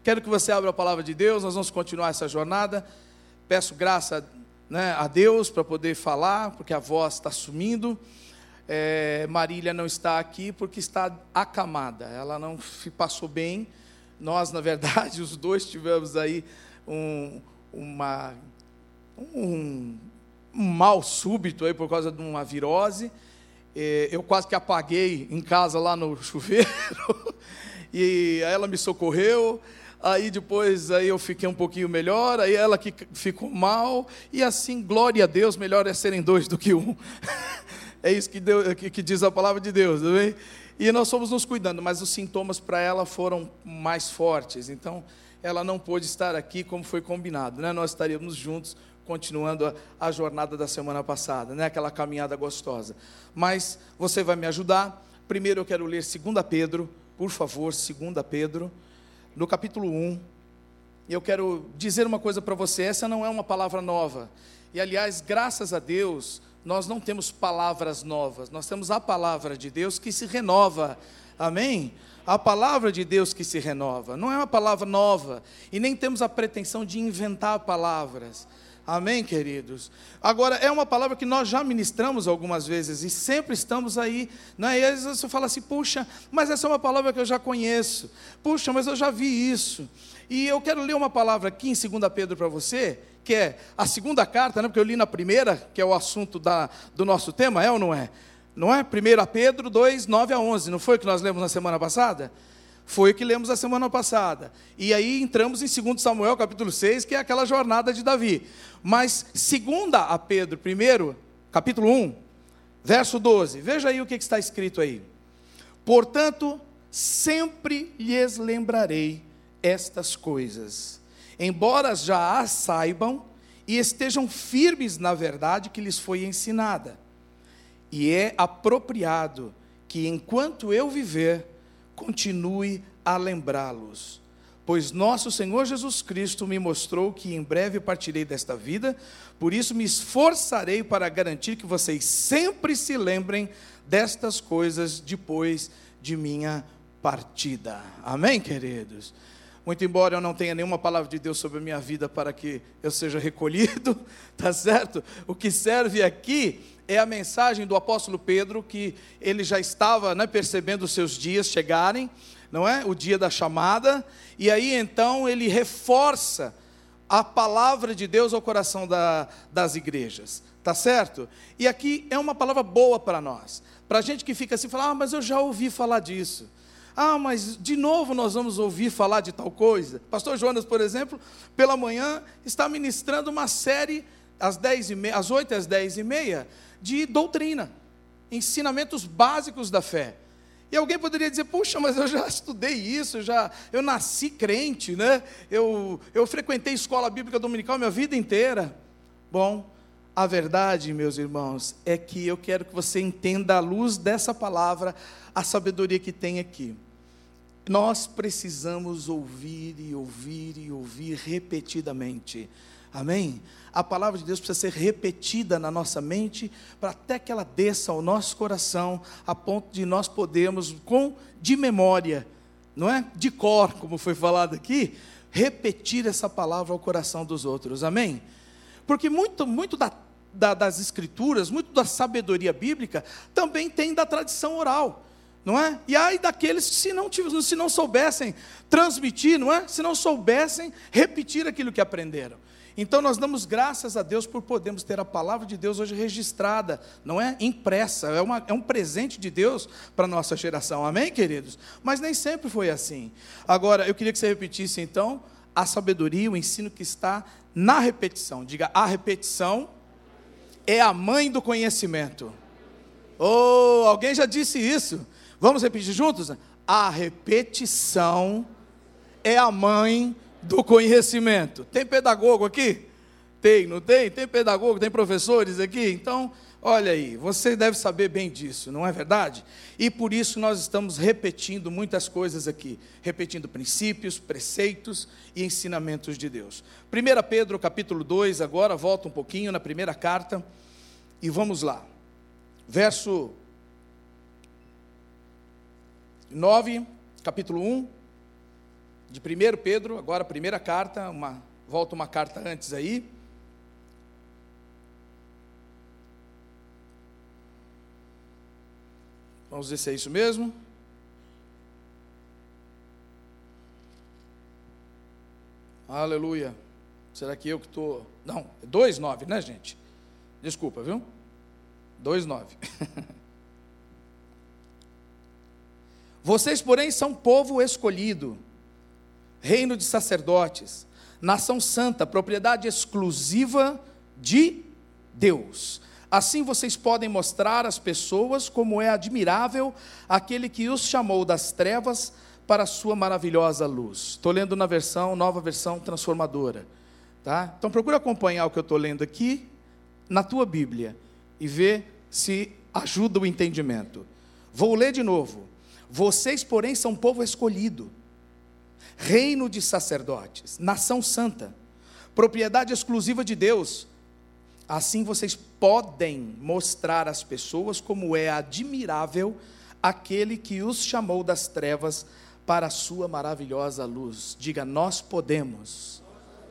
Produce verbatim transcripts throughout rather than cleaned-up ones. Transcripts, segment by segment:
quero que você abra a palavra de Deus, nós vamos continuar essa jornada. Peço graça, né, a Deus para poder falar, porque a voz está sumindo. É, Marília não está aqui porque está acamada, ela não passou bem. Nós, na verdade, os dois tivemos aí um, uma, um, um mal súbito aí por causa de uma virose. É, eu quase que apaguei em casa lá no chuveiro, e ela me socorreu. Aí depois aí eu fiquei um pouquinho melhor, aí ela que ficou mal, e assim, glória a Deus, melhor é serem dois do que um. É isso que, Deus, que, que diz a palavra de Deus, tá bem? E nós fomos nos cuidando, mas os sintomas para ela foram mais fortes, então ela não pôde estar aqui como foi combinado, né? Nós estaríamos juntos, continuando a, a jornada da semana passada, né? Aquela caminhada gostosa. Mas você vai me ajudar. Primeiro eu quero ler Segunda Pedro, por favor, Segunda Pedro, no capítulo um. E eu quero dizer uma coisa para você, essa não é uma palavra nova. E aliás, graças a Deus, nós não temos palavras novas, nós temos a palavra de Deus que se renova, amém? A palavra de Deus que se renova, não é uma palavra nova, e nem temos a pretensão de inventar palavras, amém, queridos? Agora, é uma palavra que nós já ministramos algumas vezes, e sempre estamos aí, né? E às vezes você fala assim, puxa, mas essa é uma palavra que eu já conheço, puxa, mas eu já vi isso. E eu quero ler uma palavra aqui em Segunda Pedro para você, que é a segunda carta, né? Porque eu li na primeira, que é o assunto da, do nosso tema, é ou não é? Não é? primeira Pedro dois, nove a onze, não foi o que nós lemos na semana passada? Foi o que lemos na semana passada. E aí entramos em Segundo Samuel, capítulo seis, que é aquela jornada de Davi. Mas segunda a Pedro, primeiro, capítulo um, verso doze, veja aí o que está escrito aí. Portanto, sempre lhes lembrarei estas coisas, embora já as saibam e estejam firmes na verdade que lhes foi ensinada. E é apropriado que, enquanto eu viver, continue a lembrá-los. Pois nosso Senhor Jesus Cristo me mostrou que em breve partirei desta vida, por isso me esforçarei para garantir que vocês sempre se lembrem destas coisas depois de minha partida. Amém, queridos? Muito embora eu não tenha nenhuma palavra de Deus sobre a minha vida para que eu seja recolhido, tá certo? O que serve aqui é a mensagem do apóstolo Pedro, que ele já estava, né, percebendo os seus dias chegarem, não é? O dia da chamada, e aí então ele reforça a palavra de Deus ao coração da, das igrejas, tá certo? E aqui é uma palavra boa para nós, para a gente que fica assim, fala, ah, mas eu já ouvi falar disso. Ah, mas de novo nós vamos ouvir falar de tal coisa. Pastor Jonas, por exemplo, pela manhã está ministrando uma série às dez e meia, às oito às dez e meia, de doutrina, ensinamentos básicos da fé. E alguém poderia dizer, puxa, mas eu já estudei isso, já, eu nasci crente, né? eu, eu frequentei escola bíblica dominical minha vida inteira. Bom, a verdade, meus irmãos, é que eu quero que você entenda à luz dessa palavra, a sabedoria que tem aqui. Nós precisamos ouvir e ouvir e ouvir repetidamente, amém? A palavra de Deus precisa ser repetida na nossa mente, para até que ela desça ao nosso coração, a ponto de nós podermos, com, de memória, não é? De cor, como foi falado aqui, repetir essa palavra ao coração dos outros, amém? Porque muito, muito da, da, das escrituras, muito da sabedoria bíblica, também tem da tradição oral, não é? E aí daqueles que se não, se não soubessem transmitir, não é? Se não soubessem repetir aquilo que aprenderam. Então nós damos graças a Deus por podermos ter a palavra de Deus hoje registrada, não é? Impressa, é, uma, é um presente de Deus para a nossa geração, amém, queridos? Mas nem sempre foi assim. Agora, eu queria que você repetisse então, a sabedoria, o ensino que está na repetição. Diga, a repetição é a mãe do conhecimento. Oh, alguém já disse isso? Vamos repetir juntos? A repetição é a mãe do conhecimento. Tem pedagogo aqui? Tem, não tem? Tem pedagogo, tem professores aqui? Então, olha aí, você deve saber bem disso, não é verdade? E por isso nós estamos repetindo muitas coisas aqui, repetindo princípios, preceitos e ensinamentos de Deus. primeira Pedro capítulo dois, agora, volta um pouquinho na primeira carta, e vamos lá. Verso nove, capítulo um. de primeiro Pedro, agora a primeira carta, uma, volta uma carta antes aí. Vamos ver se é isso mesmo. Aleluia. Será que eu que estou... Não, é dois nove, né, gente? Desculpa, viu? dois nove. Vocês, porém, são povo escolhido, reino de sacerdotes, nação santa, propriedade exclusiva de Deus. Assim vocês podem mostrar às pessoas como é admirável aquele que os chamou das trevas para a sua maravilhosa luz. Estou lendo na versão, nova versão transformadora. Tá? Então procura acompanhar o que eu estou lendo aqui, na tua Bíblia, e ver se ajuda o entendimento. Vou ler de novo. Vocês, porém, são povo escolhido, reino de sacerdotes, nação santa, propriedade exclusiva de Deus. Assim vocês podem mostrar às pessoas como é admirável aquele que os chamou das trevas para a sua maravilhosa luz. Diga, nós podemos.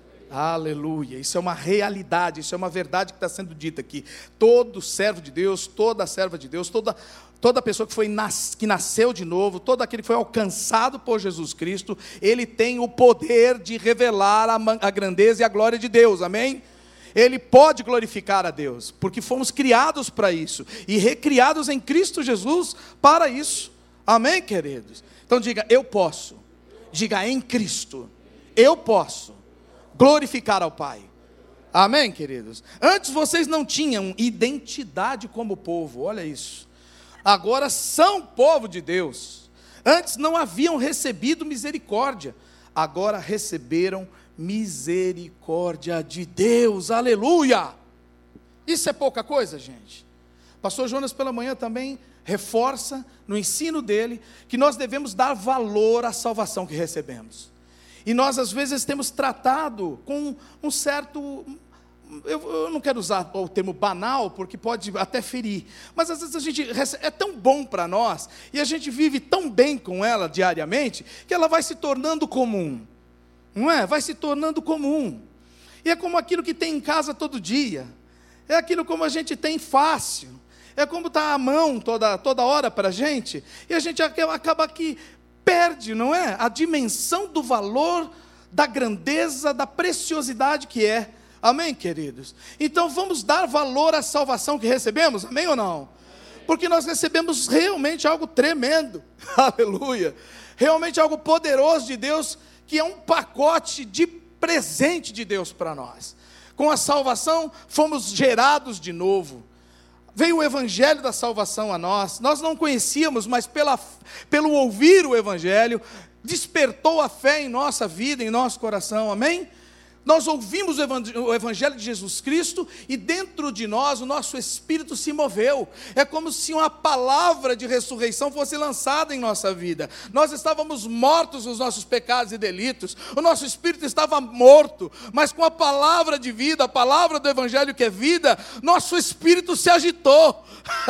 Aleluia, isso é uma realidade, isso é uma verdade que está sendo dita aqui. Todo servo de Deus, toda serva de Deus, toda, toda pessoa que, foi nas, que nasceu de novo, todo aquele que foi alcançado por Jesus Cristo, ele tem o poder de revelar a, a grandeza e a glória de Deus, amém? Ele pode glorificar a Deus, porque fomos criados para isso, e recriados em Cristo Jesus para isso, amém, queridos? Então diga, eu posso, diga em Cristo, eu posso glorificar ao Pai, amém, queridos? Antes vocês não tinham identidade como povo, olha isso, agora são povo de Deus. Antes não haviam recebido misericórdia, agora receberam misericórdia de Deus, aleluia. Isso é pouca coisa, gente. Pastor Jonas pela manhã também reforça no ensino dele que nós devemos dar valor à salvação que recebemos. E nós às vezes temos tratado com um certo, eu, eu não quero usar o termo banal, porque pode até ferir, mas às vezes a gente recebe, é tão bom para nós, e a gente vive tão bem com ela diariamente, que ela vai se tornando comum, não é? Vai se tornando comum, e é como aquilo que tem em casa todo dia, é aquilo como a gente tem fácil, é como está à mão toda, toda hora para a gente, e a gente acaba aqui, perde, não é? A dimensão do valor, da grandeza, da preciosidade que é. Amém, queridos? Então vamos dar valor à salvação que recebemos, amém ou não? Porque nós recebemos realmente algo tremendo, aleluia, realmente algo poderoso de Deus, que é um pacote de presente de Deus para nós. Com a salvação fomos gerados de novo. Veio o evangelho da salvação a nós, nós não conhecíamos, mas pela, pelo ouvir o evangelho, despertou a fé em nossa vida, em nosso coração, amém? Nós ouvimos o evangelho de Jesus Cristo, e dentro de nós, o nosso espírito se moveu, é como se uma palavra de ressurreição fosse lançada em nossa vida. Nós estávamos mortos nos nossos pecados e delitos, o nosso espírito estava morto, mas com a palavra de vida, a palavra do evangelho que é vida, nosso espírito se agitou,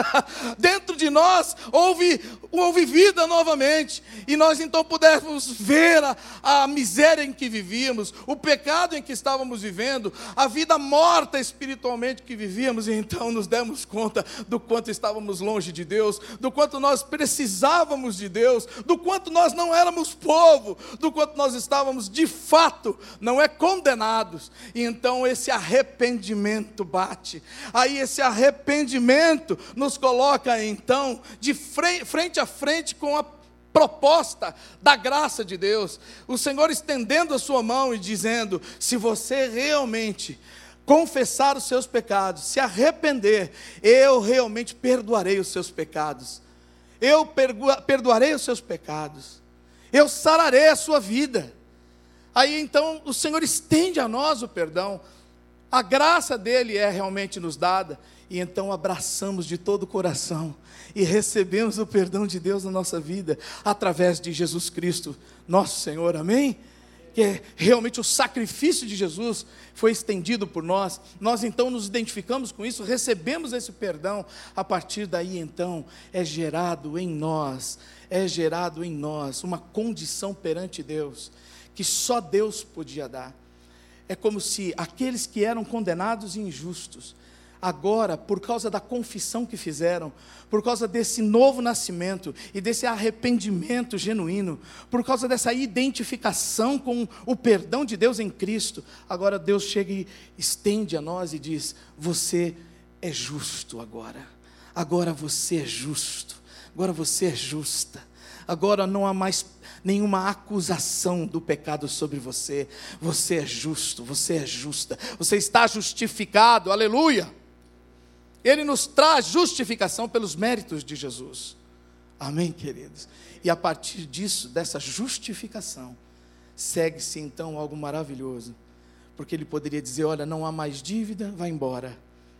dentro de nós houve, houve vida novamente, e nós então pudemos ver a, a miséria em que vivíamos, o pecado em que estávamos vivendo, a vida morta espiritualmente que vivíamos, e então nos demos conta do quanto estávamos longe de Deus, do quanto nós precisávamos de Deus, do quanto nós não éramos povo, do quanto nós estávamos de fato, não é condenados, e então esse arrependimento bate, aí esse arrependimento nos coloca então de frente, frente a frente com a proposta da graça de Deus, o Senhor estendendo a sua mão e dizendo, se você realmente confessar os seus pecados, se arrepender, eu realmente perdoarei os seus pecados, eu perdoarei os seus pecados, eu sararei a sua vida. Aí então o Senhor estende a nós o perdão, a graça dele é realmente nos dada, e então abraçamos de todo o coração, e recebemos o perdão de Deus na nossa vida, através de Jesus Cristo, nosso Senhor, amém? Que é realmente o sacrifício de Jesus foi estendido por nós, nós então nos identificamos com isso, recebemos esse perdão, a partir daí então, é gerado em nós, é gerado em nós, uma condição perante Deus, que só Deus podia dar. É como se aqueles que eram condenados e injustos, agora, por causa da confissão que fizeram, por causa desse novo nascimento e desse arrependimento genuíno, por causa dessa identificação com o perdão de Deus em Cristo, agora Deus chega e estende a nós e diz: você é justo agora, agora você é justo, agora você é justa, agora não há mais nenhuma acusação do pecado sobre você, você é justo, você é justa, você está justificado, aleluia. Ele nos traz justificação pelos méritos de Jesus, amém, queridos? E a partir disso, dessa justificação, segue-se então algo maravilhoso, porque ele poderia dizer: olha, não há mais dívida, vai embora.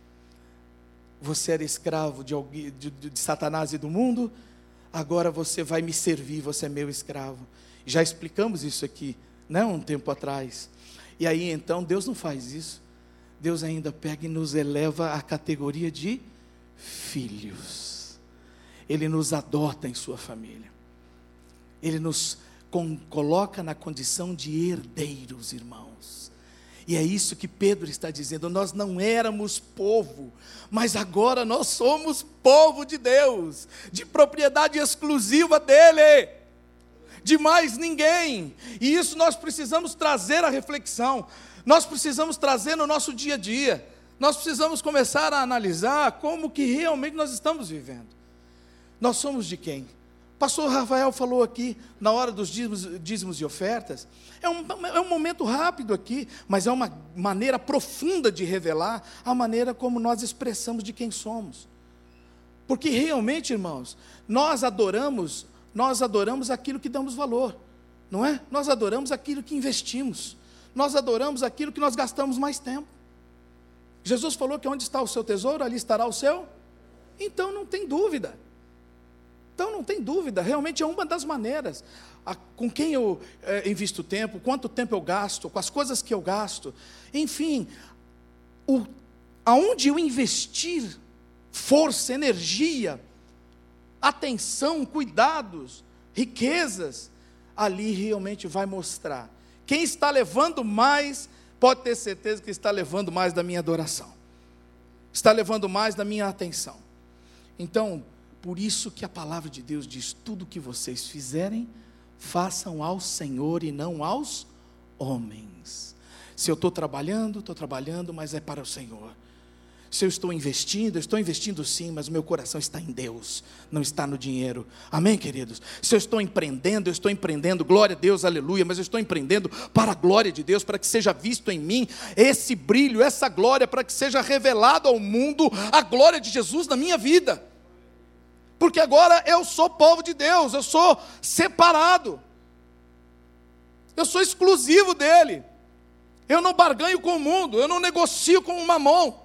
Você era escravo de, alguém, de, de Satanás e do mundo, agora você vai me servir, você é meu escravo. Já explicamos isso aqui, né, um tempo atrás. E aí então Deus não faz isso. Deus ainda pega e nos eleva à categoria de filhos. Ele nos adota em sua família. Ele nos com, coloca na condição de herdeiros, irmãos. E é isso que Pedro está dizendo: nós não éramos povo, mas agora nós somos povo de Deus, de propriedade exclusiva dEle, de mais ninguém. E isso nós precisamos trazer à reflexão, nós precisamos trazer no nosso dia a dia, nós precisamos começar a analisar como que realmente nós estamos vivendo. Nós somos de quem? O pastor Rafael falou aqui, na hora dos dízimos, dízimos e ofertas, é um, é um momento rápido aqui, mas é uma maneira profunda de revelar a maneira como nós expressamos de quem somos. Porque realmente, irmãos, nós adoramos, nós adoramos aquilo que damos valor, não é? Nós adoramos aquilo que investimos, nós adoramos aquilo que nós gastamos mais tempo. Jesus falou que onde está o seu tesouro, ali estará o seu. Então não tem dúvida. Então não tem dúvida, realmente é uma das maneiras. A, com quem eu é, invisto tempo, quanto tempo eu gasto, com as coisas que eu gasto, enfim, o, aonde eu investir força, energia, atenção, cuidados, riquezas, ali realmente vai mostrar. Quem está levando mais, pode ter certeza que está levando mais da minha adoração, está levando mais da minha atenção. Então, por isso que a palavra de Deus diz: tudo que vocês fizerem, façam ao Senhor e não aos homens. Se eu estou trabalhando, estou trabalhando, mas é para o Senhor. Se eu estou investindo, eu estou investindo sim, mas o meu coração está em Deus, não está no dinheiro, amém, queridos? Se eu estou empreendendo, eu estou empreendendo, glória a Deus, aleluia, mas eu estou empreendendo para a glória de Deus, para que seja visto em mim esse brilho, essa glória, para que seja revelado ao mundo a glória de Jesus na minha vida. Porque agora eu sou povo de Deus, eu sou separado, eu sou exclusivo dEle, eu não barganho com o mundo, eu não negocio com o mamão,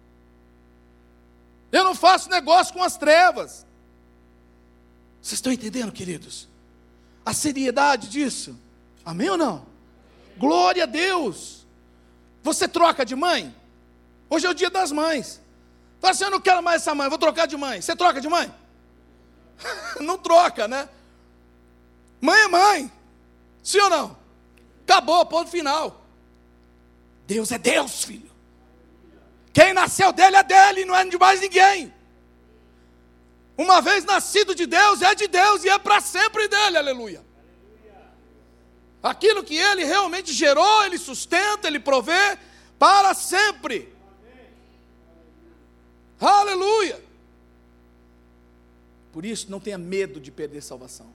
eu não faço negócio com as trevas. Vocês estão entendendo, queridos? A seriedade disso, amém ou não? Glória a Deus. Você troca de mãe? Hoje é o dia das mães. Fala assim: eu não quero mais essa mãe, vou trocar de mãe. Você troca de mãe? Não troca, né? Mãe é mãe, sim ou não? Acabou, ponto final. Deus é Deus, filho. Quem nasceu dele é dele, não é de mais ninguém. Uma vez nascido de Deus, é de Deus e é para sempre dele, aleluia. Aquilo que ele realmente gerou, ele sustenta, ele provê para sempre. Aleluia. Por isso, não tenha medo de perder salvação.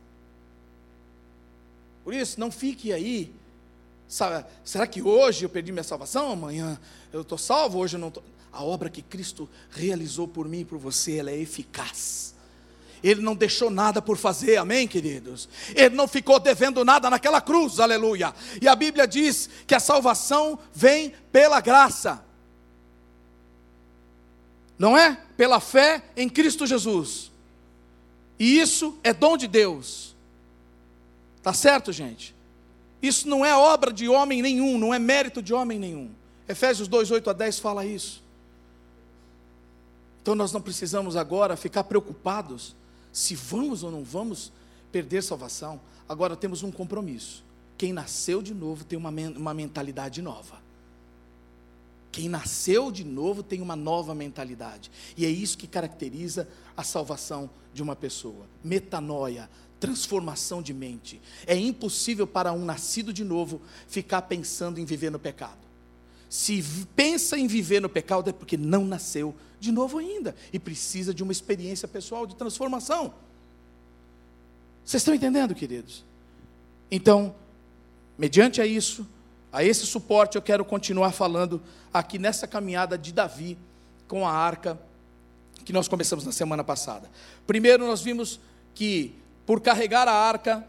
Por isso, não fique aí, sabe, será que hoje eu perdi minha salvação? Amanhã eu estou salvo, hoje eu não estou. A obra que Cristo realizou por mim e por você, ela é eficaz. Ele não deixou nada por fazer, amém, queridos? Ele não ficou devendo nada naquela cruz, aleluia. E a Bíblia diz que a salvação vem pela graça, não é? Pela fé em Cristo Jesus. E isso é dom de Deus. Tá certo, gente? Isso não é obra de homem nenhum, não é mérito de homem nenhum. Efésios dois, oito a dez fala isso. Então nós não precisamos agora ficar preocupados se vamos ou não vamos perder salvação. Agora temos um compromisso, quem nasceu de novo tem uma, uma mentalidade nova. Quem nasceu de novo tem uma nova mentalidade. E é isso que caracteriza a salvação de uma pessoa. Metanoia, transformação de mente. É impossível para um nascido de novo ficar pensando em viver no pecado. Se pensa em viver no pecado é porque não nasceu de novo ainda. E precisa de uma experiência pessoal de transformação. Vocês estão entendendo, queridos? Então, mediante a isso, a esse suporte, eu quero continuar falando aqui nessa caminhada de Davi com a arca que nós começamos na semana passada. Primeiro nós vimos que por carregar a arca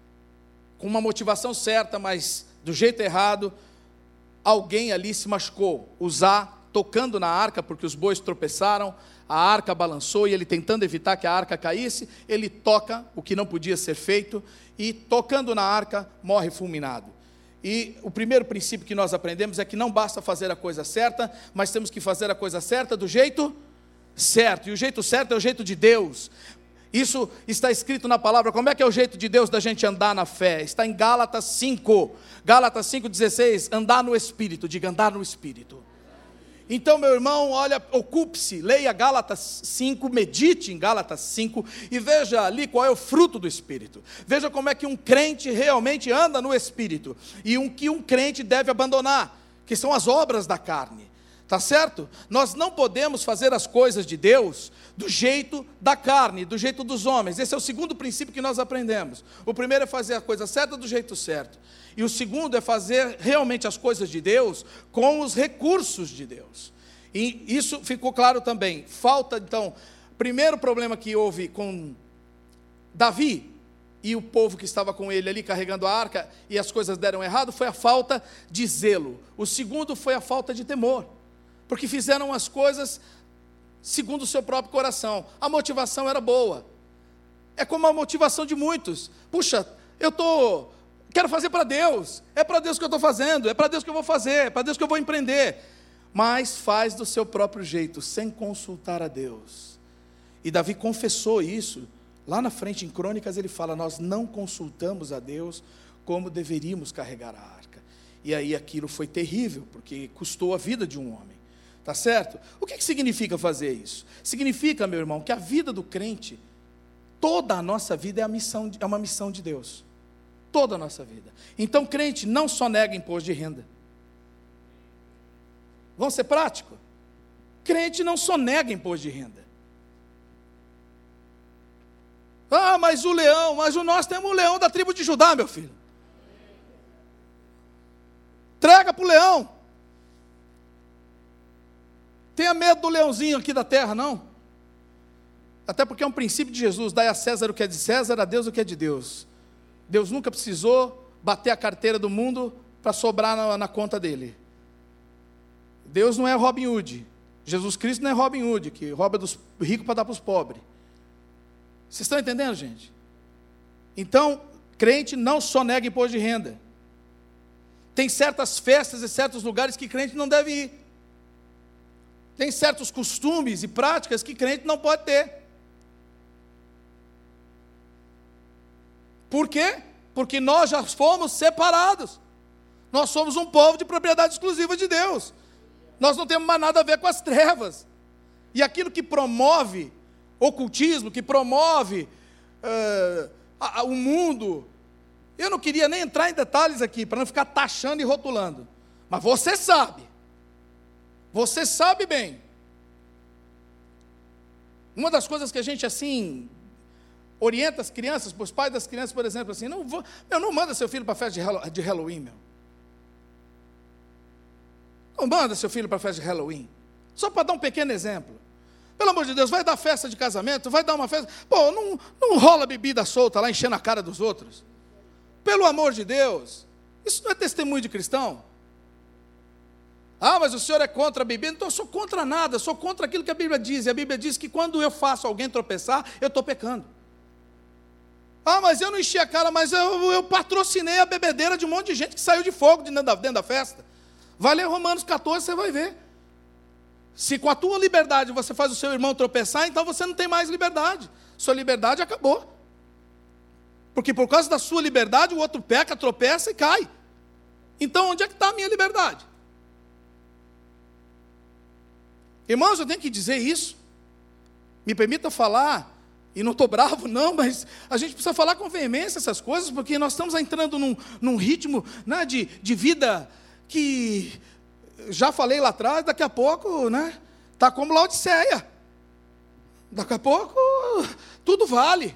com uma motivação certa, mas do jeito errado, alguém ali se machucou. Uzá tocando na arca, porque os bois tropeçaram, a arca balançou e ele tentando evitar que a arca caísse, ele toca o que não podia ser feito e tocando na arca morre fulminado. E o primeiro princípio que nós aprendemos é que não basta fazer a coisa certa, mas temos que fazer a coisa certa do jeito certo. E o jeito certo é o jeito de Deus. Isso está escrito na palavra. Como é que é o jeito de Deus da gente andar na fé? Está em Gálatas cinco. Gálatas cinco, dezesseis. Andar no Espírito. Diga, andar no Espírito. Então, meu irmão, olha, ocupe-se, leia Gálatas cinco, medite em Gálatas cinco e veja ali qual é o fruto do Espírito. Veja como é que um crente realmente anda no Espírito e um que um crente deve abandonar, que são as obras da carne. Tá certo? Nós não podemos fazer as coisas de Deus do jeito da carne, do jeito dos homens. Esse é o segundo princípio que nós aprendemos. O primeiro é fazer a coisa certa do jeito certo. E o segundo é fazer realmente as coisas de Deus com os recursos de Deus. E isso ficou claro também. Falta, então, primeiro problema que houve com Davi e o povo que estava com ele ali carregando a arca e as coisas deram errado, foi a falta de zelo. O segundo foi a falta de temor. Porque fizeram as coisas segundo o seu próprio coração. A motivação era boa. É como a motivação de muitos. Puxa, eu tô, quero fazer para Deus. É para Deus que eu estou fazendo. É para Deus que eu vou fazer. É para Deus que eu vou empreender. Mas faz do seu próprio jeito, sem consultar a Deus. E Davi confessou isso. Lá na frente, em Crônicas, ele fala, nós não consultamos a Deus como deveríamos carregar a arca. E aí aquilo foi terrível, porque custou a vida de um homem. Tá certo? O que, que significa fazer isso? Significa, meu irmão, que a vida do crente, toda a nossa vida é, a missão, é uma missão de Deus. Toda a nossa vida. Então, crente, não só nega imposto de renda. Vamos ser práticos? Crente não só nega imposto de renda. Ah, mas o leão, mas o nós temos o leão da tribo de Judá, meu filho. Entrega para o leão. Tenha medo do leãozinho aqui da terra, não. Até porque é um princípio de Jesus, dai a César o que é de César, a Deus o que é de Deus. Deus nunca precisou bater a carteira do mundo para sobrar na, na conta dele. Deus não é Robin Hood. Jesus Cristo não é Robin Hood, que rouba dos ricos para dar para os pobres. Vocês estão entendendo, gente? Então, crente não só nega imposto de renda. Tem certas festas e certos lugares que crente não deve ir. Tem certos costumes e práticas que crente não pode ter. Por quê? Porque nós já fomos separados. Nós somos um povo de propriedade exclusiva de Deus. Nós não temos mais nada a ver com as trevas. E aquilo que promove ocultismo, que promove uh, a, a, o mundo, eu não queria nem entrar em detalhes aqui, para não ficar taxando e rotulando. Mas você sabe. Você sabe bem. Uma das coisas que a gente assim orienta as crianças, os pais das crianças, por exemplo, assim, não vou, meu, não manda seu filho para a festa de Halloween, meu. Não manda seu filho para a festa de Halloween. Só para dar um pequeno exemplo. Pelo amor de Deus, vai dar festa de casamento, vai dar uma festa. Pô, não, não rola bebida solta lá enchendo a cara dos outros. Pelo amor de Deus. Isso não é testemunho de cristão. Ah, mas o senhor é contra a bebida? Então eu sou contra nada, eu sou contra aquilo que a Bíblia diz. E a Bíblia diz que quando eu faço alguém tropeçar, eu estou pecando. Ah, mas eu não enchi a cara, mas eu, eu patrocinei a bebedeira de um monte de gente que saiu de fogo dentro da, dentro da festa. Vai ler Romanos catorze, você vai ver. Se com a tua liberdade você faz o seu irmão tropeçar, então você não tem mais liberdade. Sua liberdade acabou. Porque por causa da sua liberdade, o outro peca, tropeça e cai. Então, onde é que está a minha liberdade? Irmãos, eu tenho que dizer isso. Me permita falar, e não estou bravo não, mas a gente precisa falar com veemência essas coisas, porque nós estamos entrando num, num ritmo, né, de, de vida que, já falei lá atrás, daqui a pouco, né, está como Laodiceia. Daqui a pouco, tudo vale.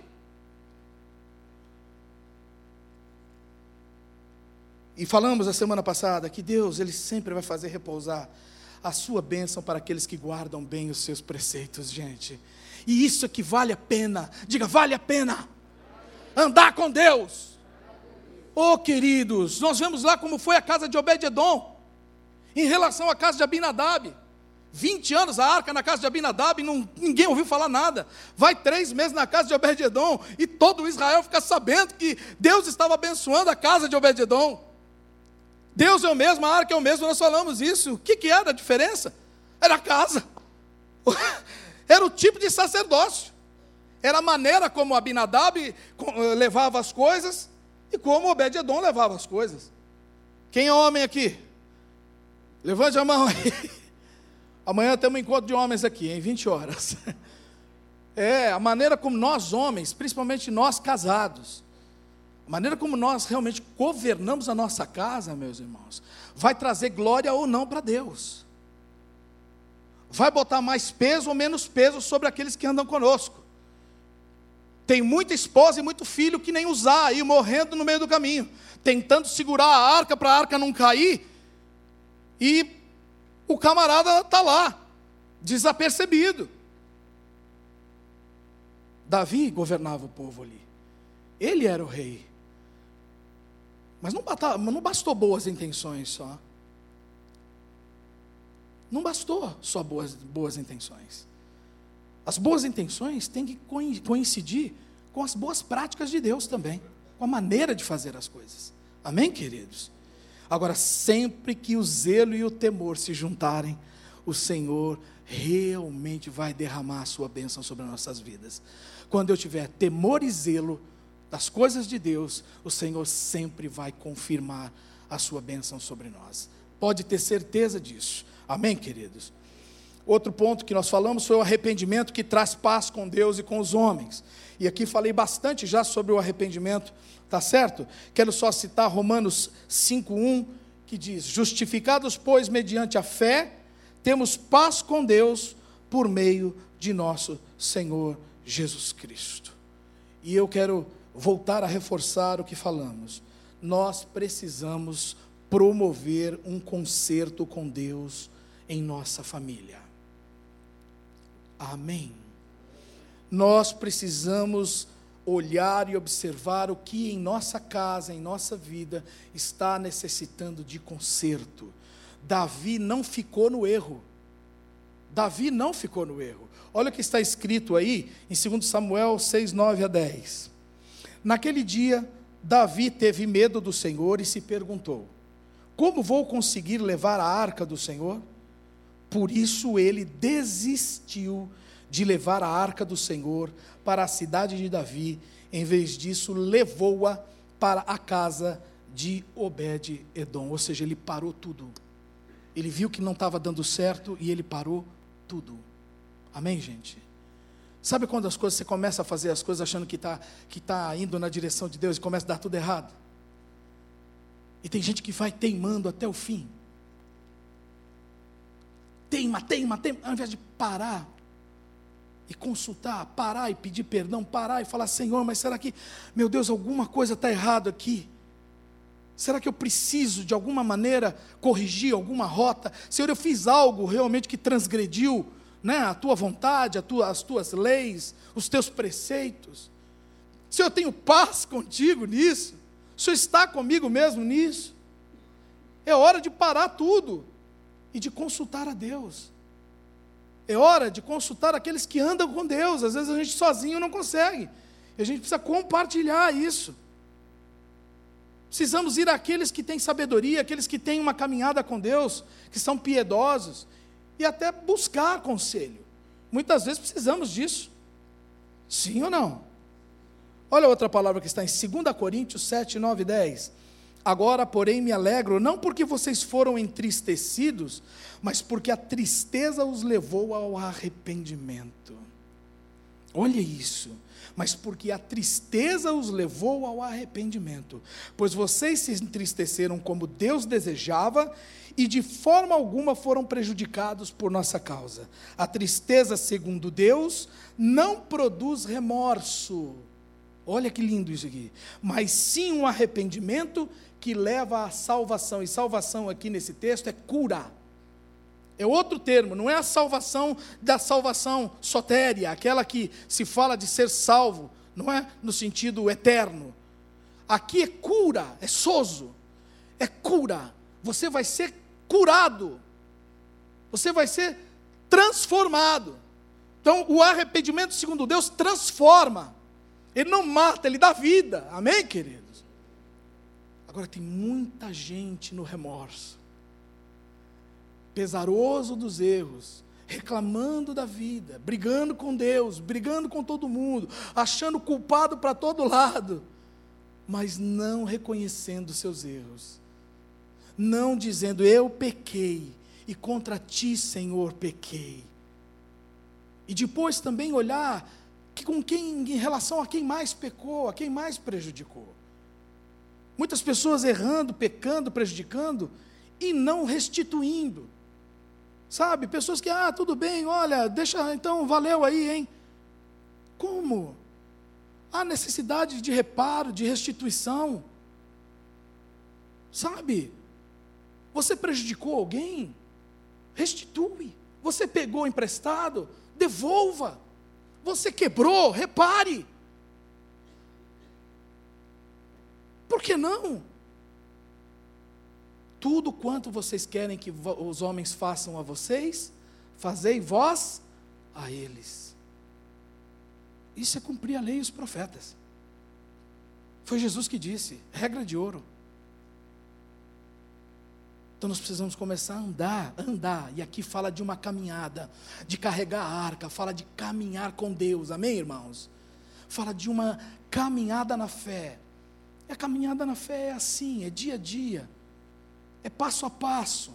E falamos a semana passada que Deus, Ele sempre vai fazer repousar a sua bênção para aqueles que guardam bem os seus preceitos, gente. E isso é que vale a pena. Diga, vale a pena andar com Deus. Oh, queridos, nós vemos lá como foi a casa de Obed-edom em relação à casa de Abinadab. vinte anos a arca na casa de Abinadab e não, ninguém ouviu falar nada. Vai três meses na casa de Obed-edom e todo Israel fica sabendo que Deus estava abençoando a casa de Obed-edom. Deus é o mesmo, a arca é o mesmo, nós falamos isso. O que, que era a diferença? Era a casa. Era o tipo de sacerdócio. Era a maneira como Abinadab levava as coisas e como Obed-edom levava as coisas. Quem é homem aqui? Levante a mão aí. Amanhã temos um encontro de homens aqui, em vinte horas. É, a maneira como nós homens, principalmente nós casados, a maneira como nós realmente governamos a nossa casa, meus irmãos, vai trazer glória ou não para Deus. Vai botar mais peso ou menos peso sobre aqueles que andam conosco. Tem muita esposa e muito filho que nem usar, aí morrendo no meio do caminho, tentando segurar a arca para a arca não cair, e o camarada está lá, desapercebido. Davi governava o povo ali, ele era o rei, mas não, batava, não bastou boas intenções só, não bastou só boas, boas intenções, as boas intenções têm que coincidir com as boas práticas de Deus também, com a maneira de fazer as coisas, amém, queridos? Agora, sempre que o zelo e o temor se juntarem, o Senhor realmente vai derramar a sua bênção sobre as nossas vidas. Quando eu tiver temor e zelo das coisas de Deus, o Senhor sempre vai confirmar a sua bênção sobre nós. Pode ter certeza disso. Amém, queridos? Outro ponto que nós falamos foi o arrependimento que traz paz com Deus e com os homens. E aqui falei bastante já sobre o arrependimento, tá certo? Quero só citar Romanos cinco, um, que diz: justificados, pois, mediante a fé, temos paz com Deus por meio de nosso Senhor Jesus Cristo. E eu quero voltar a reforçar o que falamos. Nós precisamos promover um concerto com Deus em nossa família. Amém. Nós precisamos olhar e observar o que em nossa casa, em nossa vida, está necessitando de conserto. Davi não ficou no erro. Davi não ficou no erro. Olha o que está escrito aí, em dois Samuel seis, nove a dez. Naquele dia, Davi teve medo do Senhor e se perguntou: como vou conseguir levar a arca do Senhor? Por isso ele desistiu de levar a arca do Senhor para a cidade de Davi. Em vez disso, levou-a para a casa de Obed-edom. Ou seja, ele parou tudo. Ele viu que não estava dando certo e ele parou tudo. Amém, gente? Sabe quando as coisas, você começa a fazer as coisas achando que está que tá indo na direção de Deus e começa a dar tudo errado? E tem gente que vai teimando até o fim. Teima, teima, teima, ao invés de parar e consultar, parar e pedir perdão, parar e falar: Senhor, mas será que, meu Deus, alguma coisa está errada aqui? Será que eu preciso de alguma maneira corrigir alguma rota? Senhor, eu fiz algo realmente que transgrediu, né, a tua vontade, a tua, as tuas leis, os teus preceitos. Senhor, eu tenho paz contigo nisso. O Senhor está comigo mesmo nisso. É hora de parar tudo e de consultar a Deus. É hora de consultar aqueles que andam com Deus. Às vezes a gente sozinho não consegue. E a gente precisa compartilhar isso. Precisamos ir àqueles que têm sabedoria, aqueles que têm uma caminhada com Deus, que são piedosos, e até buscar conselho. Muitas vezes precisamos disso. Sim ou não? Olha outra palavra que está em dois Coríntios sete, nove e dez. Agora, porém, me alegro, não porque vocês foram entristecidos, mas porque a tristeza os levou ao arrependimento. Olha isso. Mas porque a tristeza os levou ao arrependimento. Pois vocês se entristeceram como Deus desejava, e de forma alguma foram prejudicados por nossa causa. A tristeza, segundo Deus, não produz remorso. Olha que lindo isso aqui. Mas sim um arrependimento que leva à salvação. E salvação aqui nesse texto é cura. É outro termo, não é a salvação da salvação sotéria, aquela que se fala de ser salvo, não é no sentido eterno. Aqui é cura, é sozo, é cura. Você vai ser curado, você vai ser transformado. Então, o arrependimento, segundo Deus, transforma. Ele não mata, ele dá vida. Amém, queridos? Agora, tem muita gente no remorso, pesaroso dos erros, reclamando da vida, brigando com Deus, brigando com todo mundo, achando culpado para todo lado, mas não reconhecendo seus erros, não dizendo, eu pequei, e contra ti, Senhor, pequei. E depois também olhar que com quem, em relação a quem mais pecou, a quem mais prejudicou. Muitas pessoas errando, pecando, prejudicando, e não restituindo. Sabe, pessoas que, ah, tudo bem, olha, deixa, então, valeu aí, hein? Como? Há necessidade de reparo, de restituição. Sabe? Você prejudicou alguém? Restitui. Você pegou emprestado? Devolva. Você quebrou? Repare. Por que não? Tudo quanto vocês querem que os homens façam a vocês, fazei vós a eles. Isso é cumprir a lei e os profetas. Foi Jesus que disse, regra de ouro. Então nós precisamos começar a andar, andar, e aqui fala de uma caminhada, de carregar a arca, fala de caminhar com Deus, amém, irmãos? Fala de uma caminhada na fé. E a caminhada na fé é assim, é dia a dia, é passo a passo,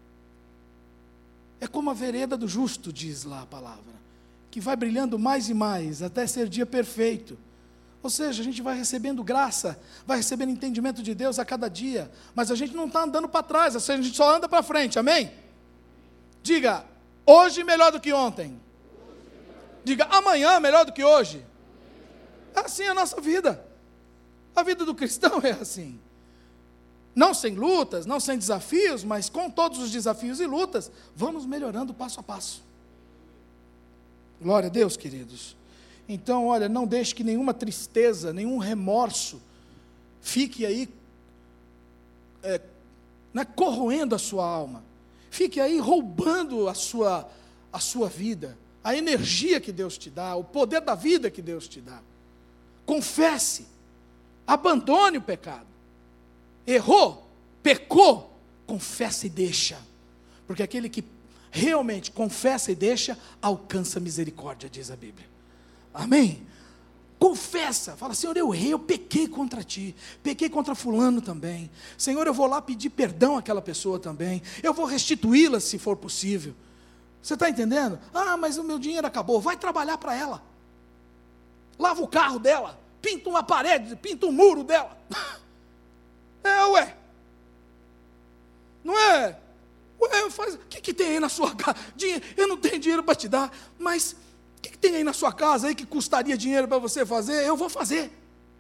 é como a vereda do justo, diz lá a palavra, que vai brilhando mais e mais, até ser dia perfeito. Ou seja, a gente vai recebendo graça, vai recebendo entendimento de Deus a cada dia, mas a gente não está andando para trás, ou seja, a gente só anda para frente, amém? Diga, hoje melhor do que ontem. Diga, amanhã melhor do que hoje. É assim a nossa vida. A vida do cristão é assim. Não sem lutas, não sem desafios, mas com todos os desafios e lutas, vamos melhorando passo a passo. Glória a Deus, queridos. Então, olha, não deixe que nenhuma tristeza, nenhum remorso fique aí é, né, corroendo a sua alma, fique aí roubando a sua, a sua vida, a energia que Deus te dá, o poder da vida que Deus te dá. Confesse, abandone o pecado. Errou, pecou, confessa e deixa, porque aquele que realmente confessa e deixa, alcança misericórdia, diz a Bíblia. Amém? Confessa, fala, Senhor, eu errei, eu pequei contra ti, pequei contra fulano também, Senhor, eu vou lá pedir perdão àquela pessoa também, eu vou restituí-la se for possível. Você está entendendo? Ah, mas o meu dinheiro acabou, vai trabalhar para ela, lava o carro dela, pinta uma parede, pinta um muro dela. É, ué, não é? Ué, faz, o que, que tem aí na sua casa? Dinheiro, eu não tenho dinheiro para te dar, mas o que, que tem aí na sua casa aí que custaria dinheiro para você fazer? Eu vou fazer.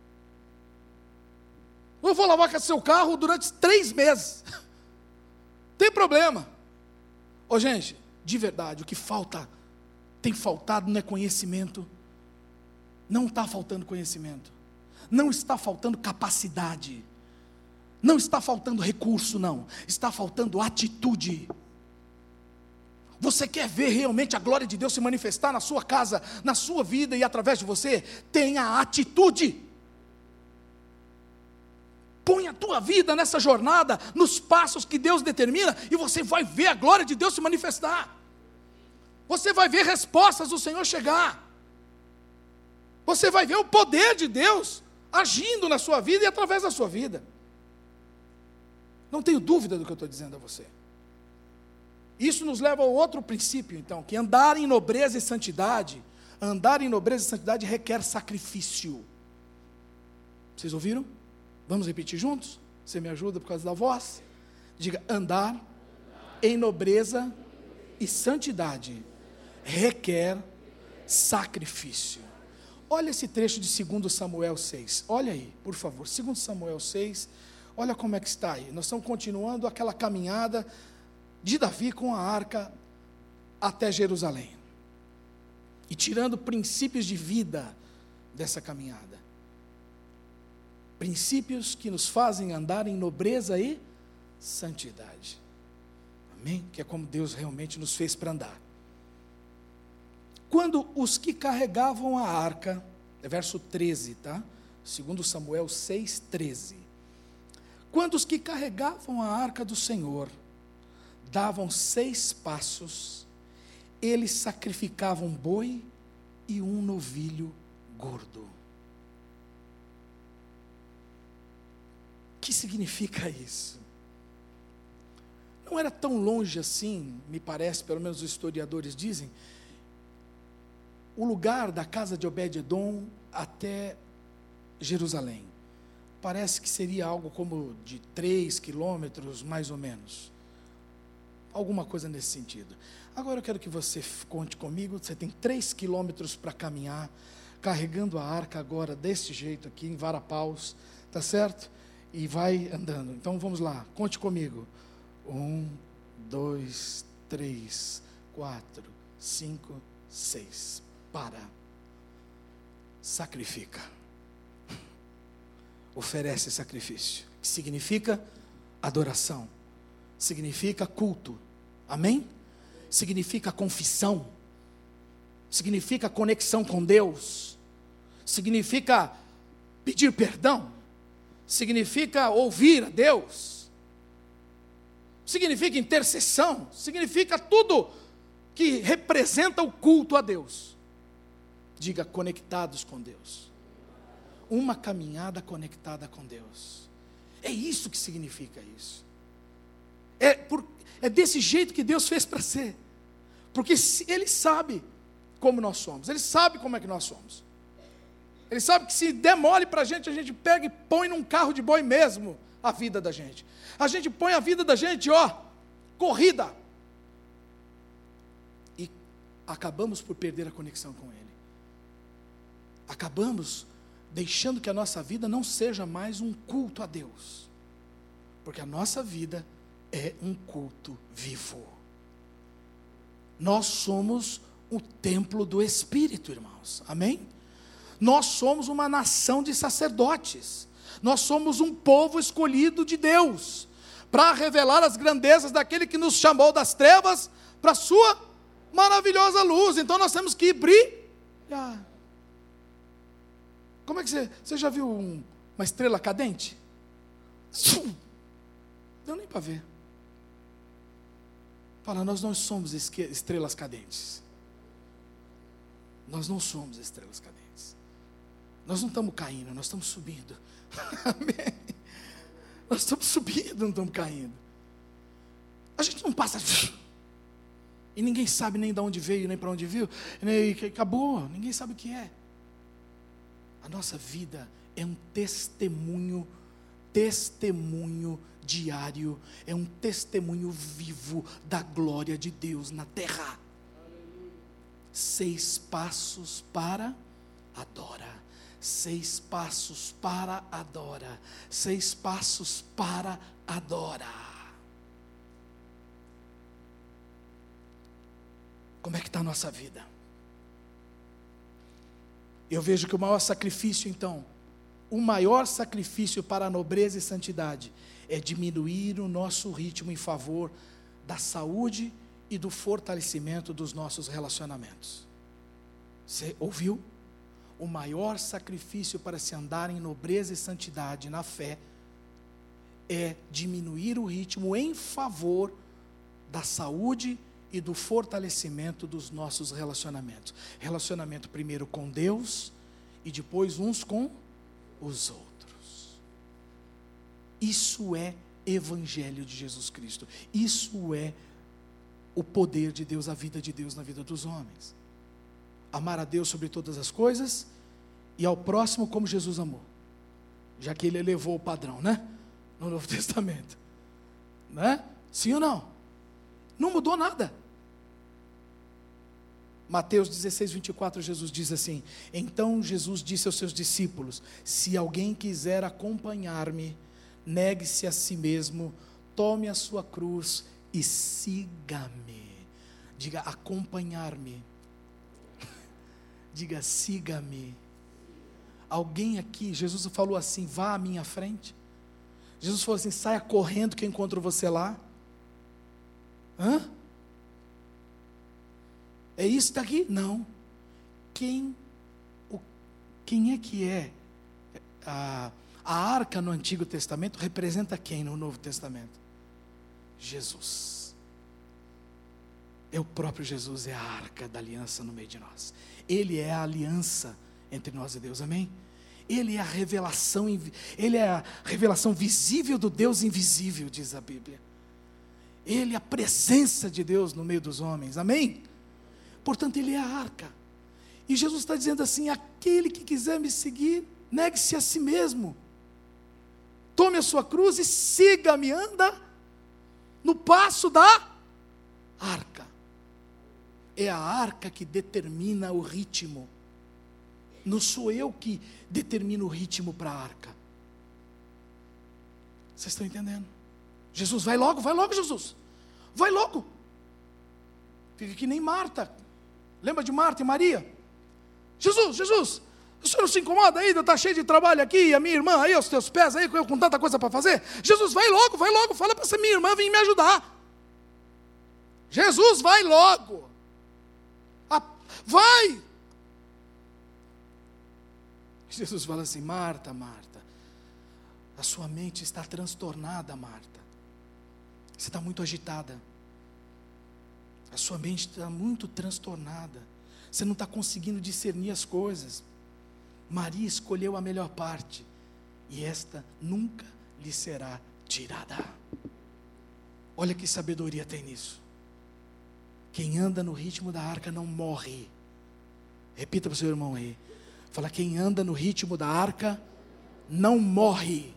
Eu vou lavar com o seu carro durante três meses. Tem problema. Ô gente, de verdade, o que falta, tem faltado não é conhecimento. Não está faltando conhecimento. Não está faltando capacidade. Não está faltando recurso, não. Está faltando atitude. Você quer ver realmente a glória de Deus se manifestar na sua casa, na sua vida e através de você? Tenha atitude. Põe a tua vida nessa jornada, nos passos que Deus determina, e você vai ver a glória de Deus se manifestar. Você vai ver respostas do Senhor chegar. Você vai ver o poder de Deus agindo na sua vida e através da sua vida. Não tenho dúvida do que eu estou dizendo a você. Isso nos leva ao outro princípio, então, que andar em nobreza e santidade, andar em nobreza e santidade requer sacrifício. Vocês ouviram? Vamos repetir juntos? Você me ajuda por causa da voz? Diga, andar em nobreza e santidade requer sacrifício. Olha esse trecho de dois Samuel seis, olha aí, por favor, dois Samuel seis, olha como é que está aí. Nós estamos continuando aquela caminhada de Davi com a arca até Jerusalém, e tirando princípios de vida dessa caminhada, princípios que nos fazem andar em nobreza e santidade, amém? Que é como Deus realmente nos fez para andar. Quando os que carregavam a arca, é verso treze, tá? dois Samuel seis, treze. Quando os que carregavam a arca do Senhor davam seis passos, eles sacrificavam um boi e um novilho gordo. O que significa isso? Não era tão longe assim, me parece, pelo menos os historiadores dizem, o lugar da casa de Obed-edom até Jerusalém. Parece que seria algo como de três quilômetros, mais ou menos. Alguma coisa nesse sentido. Agora eu quero que você conte comigo, você tem três quilômetros para caminhar, carregando a arca agora desse jeito aqui, em Varapaus, tá certo? E vai andando. Então vamos lá, conte comigo. Um, dois, três, quatro, cinco, seis. Para, sacrifica, oferece sacrifício, que significa adoração, significa culto, amém? Significa confissão, significa conexão com Deus, significa pedir perdão, significa ouvir a Deus, significa intercessão, significa tudo que representa o culto a Deus. Diga, conectados com Deus. Uma caminhada conectada com Deus. É isso que significa isso. É, por, é desse jeito que Deus fez para ser. Porque se, Ele sabe como nós somos. Ele sabe como é que nós somos. Ele sabe que se der mole para a gente, a gente pega e põe num carro de boi mesmo a vida da gente. A gente põe a vida da gente, ó, corrida. E acabamos por perder a conexão com Ele. Acabamos deixando que a nossa vida não seja mais um culto a Deus, porque a nossa vida é um culto vivo. Nós somos o templo do Espírito, irmãos, amém? Nós somos uma nação de sacerdotes, nós somos um povo escolhido de Deus, para revelar as grandezas daquele que nos chamou das trevas, para a sua maravilhosa luz. Então nós temos que brilhar. Como é que você, você já viu um, uma estrela cadente? Não deu nem para ver. Fala, nós não somos estrelas cadentes. Nós não somos estrelas cadentes. Nós não estamos caindo, nós estamos subindo. Amém. Nós estamos subindo, não estamos caindo. A gente não passa e ninguém sabe nem de onde veio, nem para onde viu, nem acabou, ninguém sabe o que é. A nossa vida é um testemunho, testemunho diário, é um testemunho vivo da glória de Deus na terra. Aleluia. Seis passos para adora, seis passos para adora, seis passos para adora. Como é que está a nossa vida? Eu vejo que o maior sacrifício, então, o maior sacrifício para a nobreza e santidade é diminuir o nosso ritmo em favor da saúde e do fortalecimento dos nossos relacionamentos. Você ouviu? O maior sacrifício para se andar em nobreza e santidade na fé é diminuir o ritmo em favor da saúde e do fortalecimento dos nossos relacionamentos. Relacionamento primeiro com Deus e depois uns com os outros. Isso é Evangelho de Jesus Cristo. Isso é o poder de Deus, a vida de Deus na vida dos homens. Amar a Deus sobre todas as coisas e ao próximo como Jesus amou. Já que ele elevou o padrão, né? No Novo Testamento. Né? Sim ou não? Não mudou nada. Mateus dezesseis, vinte e quatro, Jesus diz assim: então Jesus disse aos seus discípulos: se alguém quiser acompanhar-me, negue-se a si mesmo, tome a sua cruz e siga-me. Diga acompanhar-me. Diga siga-me. Alguém aqui, Jesus falou assim: vá à minha frente. Jesus falou assim: saia correndo que eu encontro você lá. Hã? É isso daqui? Não. Quem, o, quem é que é? A, a arca no Antigo Testamento representa quem no Novo Testamento? Jesus. É o próprio Jesus, é a arca da aliança no meio de nós. Ele é a aliança entre nós e Deus, amém? Ele é a revelação, ele é a revelação visível do Deus invisível, diz a Bíblia. Ele é a presença de Deus no meio dos homens, amém? Portanto, ele é a arca. E Jesus está dizendo assim: aquele que quiser me seguir, negue-se a si mesmo, tome a sua cruz e siga-me, anda no passo da arca. É a arca que determina o ritmo. Não sou eu que determino o ritmo para a arca. Vocês estão entendendo? Jesus, vai logo, vai logo, Jesus. Vai logo. Fica que nem Marta. Lembra de Marta e Maria? Jesus, Jesus, o senhor não se incomoda ainda? Está cheio de trabalho aqui, e a minha irmã aí aos teus pés, aí, eu com tanta coisa para fazer. Jesus, vai logo, vai logo, fala para essa minha irmã vir me ajudar. Jesus, vai logo. Ah, vai. Jesus fala assim: Marta, Marta, a sua mente está transtornada, Marta. Você está muito agitada. A sua mente está muito transtornada. Você não está conseguindo discernir as coisas. Maria escolheu a melhor parte, e esta nunca lhe será tirada. Olha que sabedoria tem nisso. Quem anda no ritmo da arca não morre. Repita para o seu irmão aí. Fala: quem anda no ritmo da arca não morre.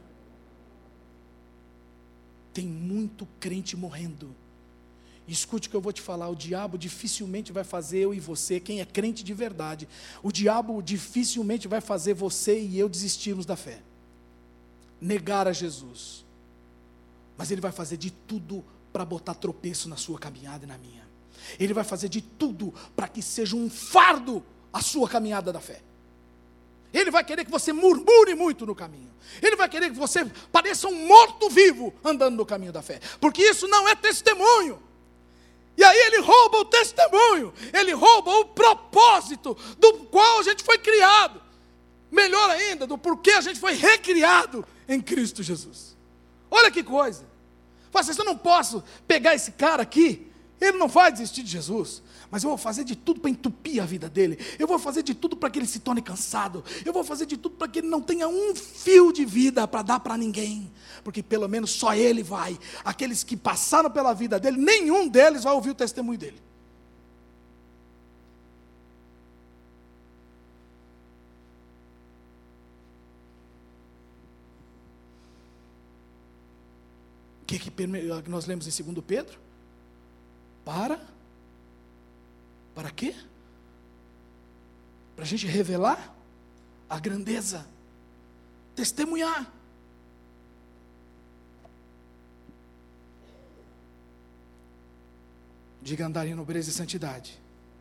Tem muito crente morrendo. Escute o que eu vou te falar: o diabo dificilmente vai fazer eu e você, quem é crente de verdade, o diabo dificilmente vai fazer você e eu desistirmos da fé, negar a Jesus. Mas ele vai fazer de tudo para botar tropeço na sua caminhada e na minha. Ele vai fazer de tudo para que seja um fardo a sua caminhada da fé. Ele vai querer que você murmure muito no caminho. Ele vai querer que você pareça um morto-vivo andando no caminho da fé, porque isso não é testemunho. E aí ele rouba o testemunho, ele rouba o propósito do qual a gente foi criado. Melhor ainda, do porquê a gente foi recriado em Cristo Jesus. Olha que coisa. Fala assim: eu não posso pegar esse cara aqui, ele não vai desistir de Jesus, mas eu vou fazer de tudo para entupir a vida dele. Eu vou fazer de tudo para que ele se torne cansado. Eu vou fazer de tudo para que ele não tenha um fio de vida para dar para ninguém. Porque pelo menos só ele vai. Aqueles que passaram pela vida dele, nenhum deles vai ouvir o testemunho dele. O que, que nós lemos em segundo Pedro? Para... Para quê? Para a gente revelar a grandeza, testemunhar. Diga: andar em nobreza e santidade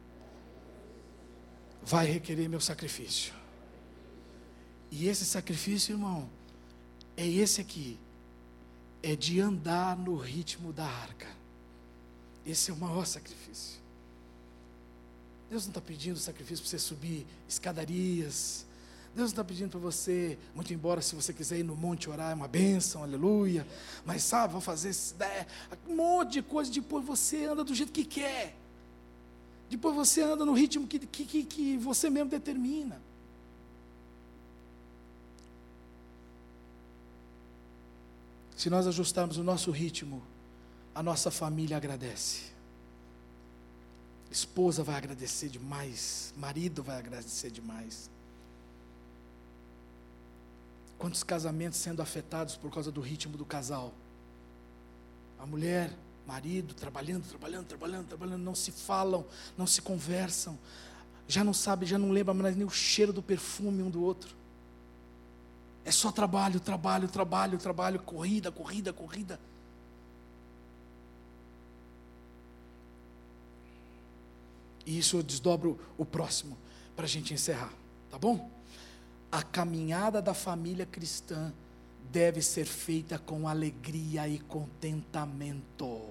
vai requerer meu sacrifício. E esse sacrifício, irmão, é esse aqui, é de andar no ritmo da arca. Esse é o maior sacrifício. Deus não está pedindo sacrifício para você subir escadarias. Deus não está pedindo para você, muito embora se você quiser ir no monte orar, é uma bênção, aleluia. Mas sabe, vou fazer é, um monte de coisa. Depois você anda do jeito que quer. Depois você anda no ritmo que, que, que, que você mesmo determina. Se nós ajustarmos o nosso ritmo, a nossa família agradece. Esposa vai agradecer demais, marido vai agradecer demais. Quantos casamentos sendo afetados por causa do ritmo do casal? A mulher, marido, trabalhando, trabalhando, trabalhando, trabalhando, não se falam, não se conversam, já não sabe, já não lembra mais nem o cheiro do perfume um do outro. É só trabalho, trabalho, trabalho, trabalho, corrida, corrida, corrida. E isso eu desdobro o próximo, para a gente encerrar, tá bom? A caminhada da família cristã deve ser feita com alegria e contentamento.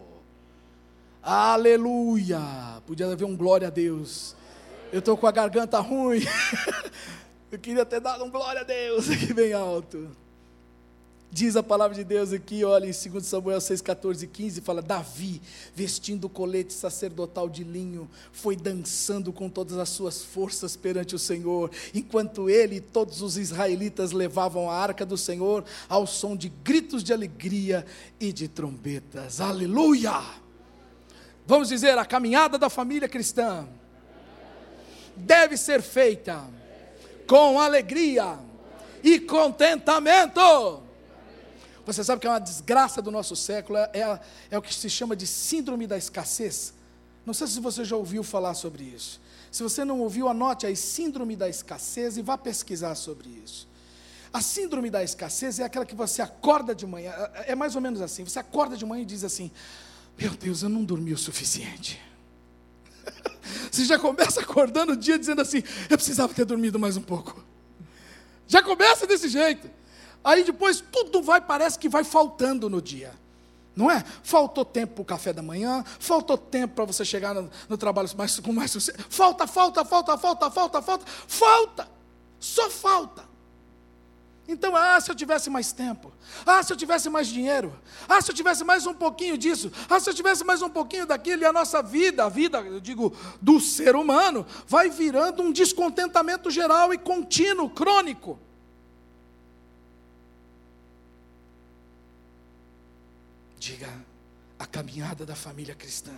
Aleluia! Podia haver um glória a Deus. Eu estou com a garganta ruim. Eu queria ter dado um glória a Deus aqui bem alto. Diz a palavra de Deus aqui, olha, em dois Samuel seis, catorze e quinze, fala: Davi, vestindo o colete sacerdotal de linho, foi dançando com todas as suas forças perante o Senhor, enquanto ele e todos os israelitas levavam a arca do Senhor ao som de gritos de alegria e de trombetas. Aleluia! Vamos dizer, a caminhada da família cristã deve ser feita com alegria e contentamento. Você sabe que é uma desgraça do nosso século, é, é, é o que se chama de síndrome da escassez. Não sei se você já ouviu falar sobre isso. Se você não ouviu, anote aí, síndrome da escassez, e vá pesquisar sobre isso. A síndrome da escassez é aquela que você acorda de manhã, é mais ou menos assim, você acorda de manhã e diz assim: meu Deus, eu não dormi o suficiente. Você já começa acordando o dia dizendo assim: eu precisava ter dormido mais um pouco. Já começa desse jeito. Aí depois tudo vai, parece que vai faltando no dia, não é? Faltou tempo para o café da manhã, faltou tempo para você chegar no, no trabalho mais, com mais sucesso, falta, falta, falta, falta, falta, falta, falta, só falta. Então, ah, se eu tivesse mais tempo, ah, se eu tivesse mais dinheiro, ah, se eu tivesse mais um pouquinho disso, ah, se eu tivesse mais um pouquinho daquilo, e a nossa vida, a vida, eu digo, do ser humano, vai virando um descontentamento geral e contínuo, crônico. Diga, a caminhada da família cristã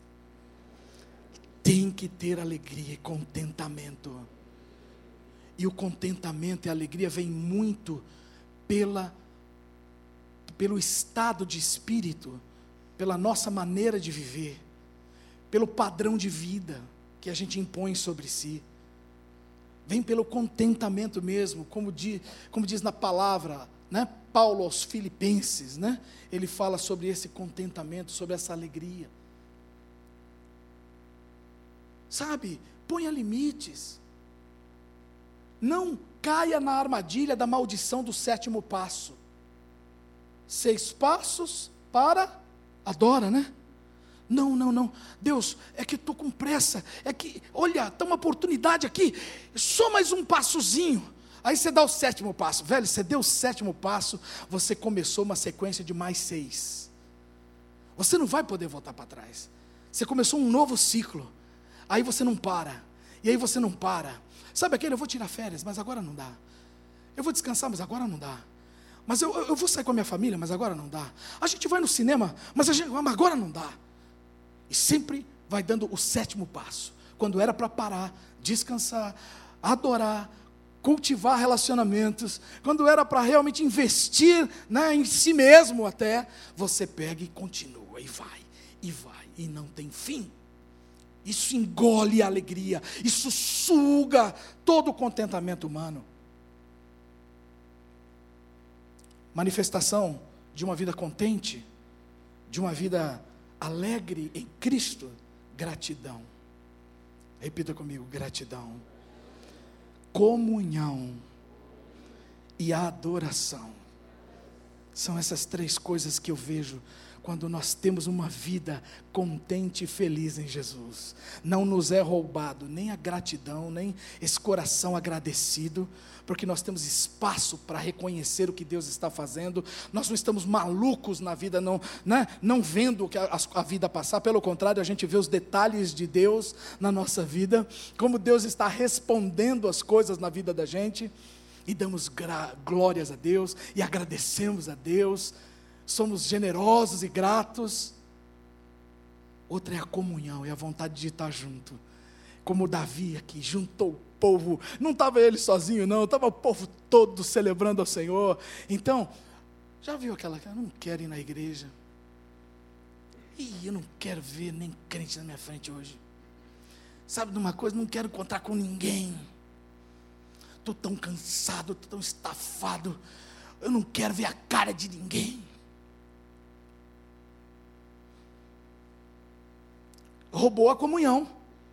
tem que ter alegria e contentamento. E o contentamento e a alegria vem muito pela, pelo estado de espírito, pela nossa maneira de viver, pelo padrão de vida que a gente impõe sobre si. Vem pelo contentamento mesmo, como diz, como diz na palavra, né? Paulo aos Filipenses, né? Ele fala sobre esse contentamento, sobre essa alegria. Sabe, ponha limites. Não caia na armadilha da maldição do sétimo passo. Seis passos para, adora, né? Não, não, não, Deus, é que estou com pressa, é que, olha, está uma oportunidade aqui, só mais um passozinho. Aí você dá o sétimo passo, velho, você deu o sétimo passo, você começou uma sequência de mais seis. Você não vai poder voltar para trás. Você começou um novo ciclo, aí você não para, e aí você não para. Sabe aquele, eu vou tirar férias, mas agora não dá. Eu vou descansar, mas agora não dá. Mas eu, eu vou sair com a minha família, mas agora não dá. A gente vai no cinema, mas, a gente, mas agora não dá. E sempre vai dando o sétimo passo. Quando era para parar, descansar, adorar, cultivar relacionamentos, quando era para realmente investir, né, em si mesmo até, você pega e continua, e vai, e vai, e não tem fim. Isso engole a alegria, isso suga todo o contentamento humano. Manifestação de uma vida contente, de uma vida alegre em Cristo, gratidão. Repita comigo, gratidão. Comunhão e adoração. São essas três coisas que eu vejo quando nós temos uma vida contente e feliz em Jesus. Não nos é roubado nem a gratidão, nem esse coração agradecido, porque nós temos espaço para reconhecer o que Deus está fazendo. Nós não estamos malucos na vida, não, né? Não vendo a, a vida passar, pelo contrário, a gente vê os detalhes de Deus na nossa vida, como Deus está respondendo as coisas na vida da gente, e damos gra- glórias a Deus, e agradecemos a Deus. somos generosos e gratos. Outra é a comunhão, é a vontade de estar junto. Como Davi aqui, juntou o povo. Não estava ele sozinho não, estava o povo todo celebrando ao Senhor. Então, já viu aquela, eu não quero ir na igreja. Ih, eu não quero ver nem crente na minha frente hoje. Sabe de uma coisa? Não quero encontrar com ninguém. Estou tão cansado, estou tão estafado. Eu não quero ver a cara de ninguém. Roubou a comunhão.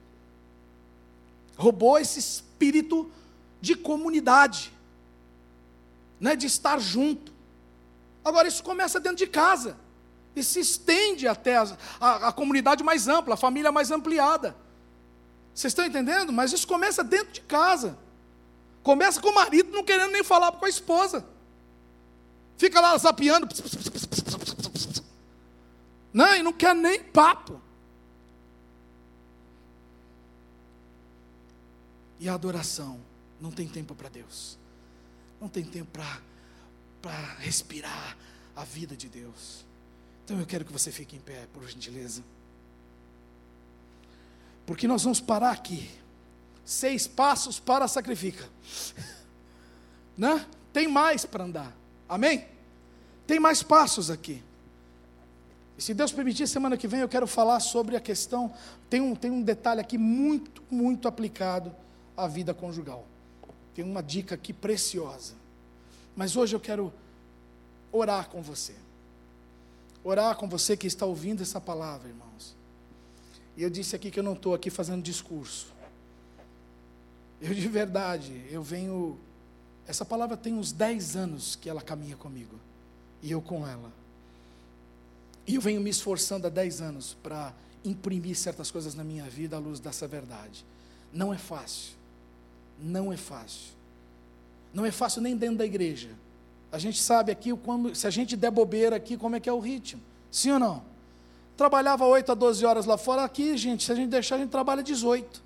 Roubou esse espírito de comunidade, né, de estar junto. Agora isso começa dentro de casa. E se estende até a, a, a comunidade mais ampla, a família mais ampliada. Vocês estão entendendo? Mas isso começa dentro de casa. Começa com o marido não querendo nem falar com a esposa. Fica lá zapeando. Não, e não quer nem papo. E a adoração, não tem tempo para Deus. Não tem tempo para para respirar a vida de Deus. Então eu quero que você fique em pé, por gentileza. Porque nós vamos parar aqui. Seis passos para sacrifica. Né? Tem mais para andar. Amém? Tem mais passos aqui. E se Deus permitir, semana que vem eu quero falar sobre a questão. Tem um, tem um detalhe aqui muito, muito aplicado à vida conjugal. Tem uma dica aqui preciosa. Mas hoje eu quero orar com você. Orar com você que está ouvindo essa palavra, irmãos. E eu disse aqui que eu não estou aqui fazendo discurso. Eu de verdade, eu venho... Essa palavra tem uns dez anos que ela caminha comigo. E eu com ela. E eu venho me esforçando há dez anos para imprimir certas coisas na minha vida à luz dessa verdade. Não é fácil. Não é fácil. Não é fácil nem dentro da igreja. A gente sabe aqui, quando, se a gente der bobeira aqui, como é que é o ritmo. Sim ou não? Trabalhava oito a doze horas lá fora. Aqui, gente, se a gente deixar, a gente trabalha dezoito.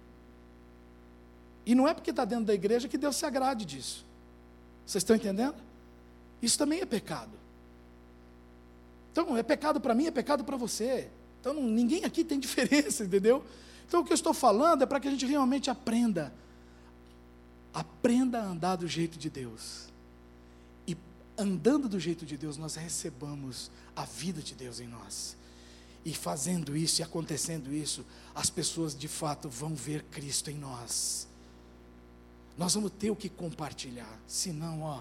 E não é porque está dentro da igreja que Deus se agrade disso. Vocês estão entendendo? Isso também é pecado. Então, é pecado para mim, é pecado para você. Então, não, ninguém aqui tem diferença, entendeu? Então, o que eu estou falando é para que a gente realmente aprenda. Aprenda a andar do jeito de Deus. E andando do jeito de Deus, nós recebamos a vida de Deus em nós. E fazendo isso e acontecendo isso, as pessoas de fato vão ver Cristo em nós. Nós vamos ter o que compartilhar. Senão, ó,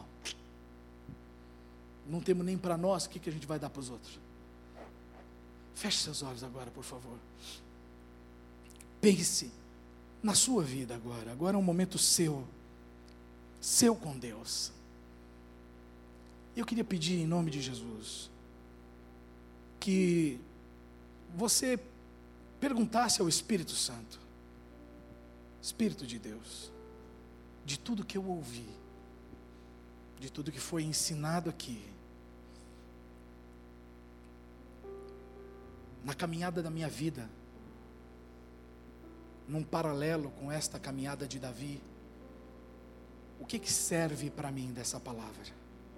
não temos nem para nós, o que, que a gente vai dar para os outros? Feche seus olhos agora, por favor. Pense na sua vida agora. Agora é um momento seu. Seu com Deus. Eu queria pedir em nome de Jesus que você perguntasse ao Espírito Santo, Espírito de Deus, de tudo que eu ouvi, de tudo que foi ensinado aqui, na caminhada da minha vida, num paralelo com esta caminhada de Davi, o que que serve para mim dessa palavra?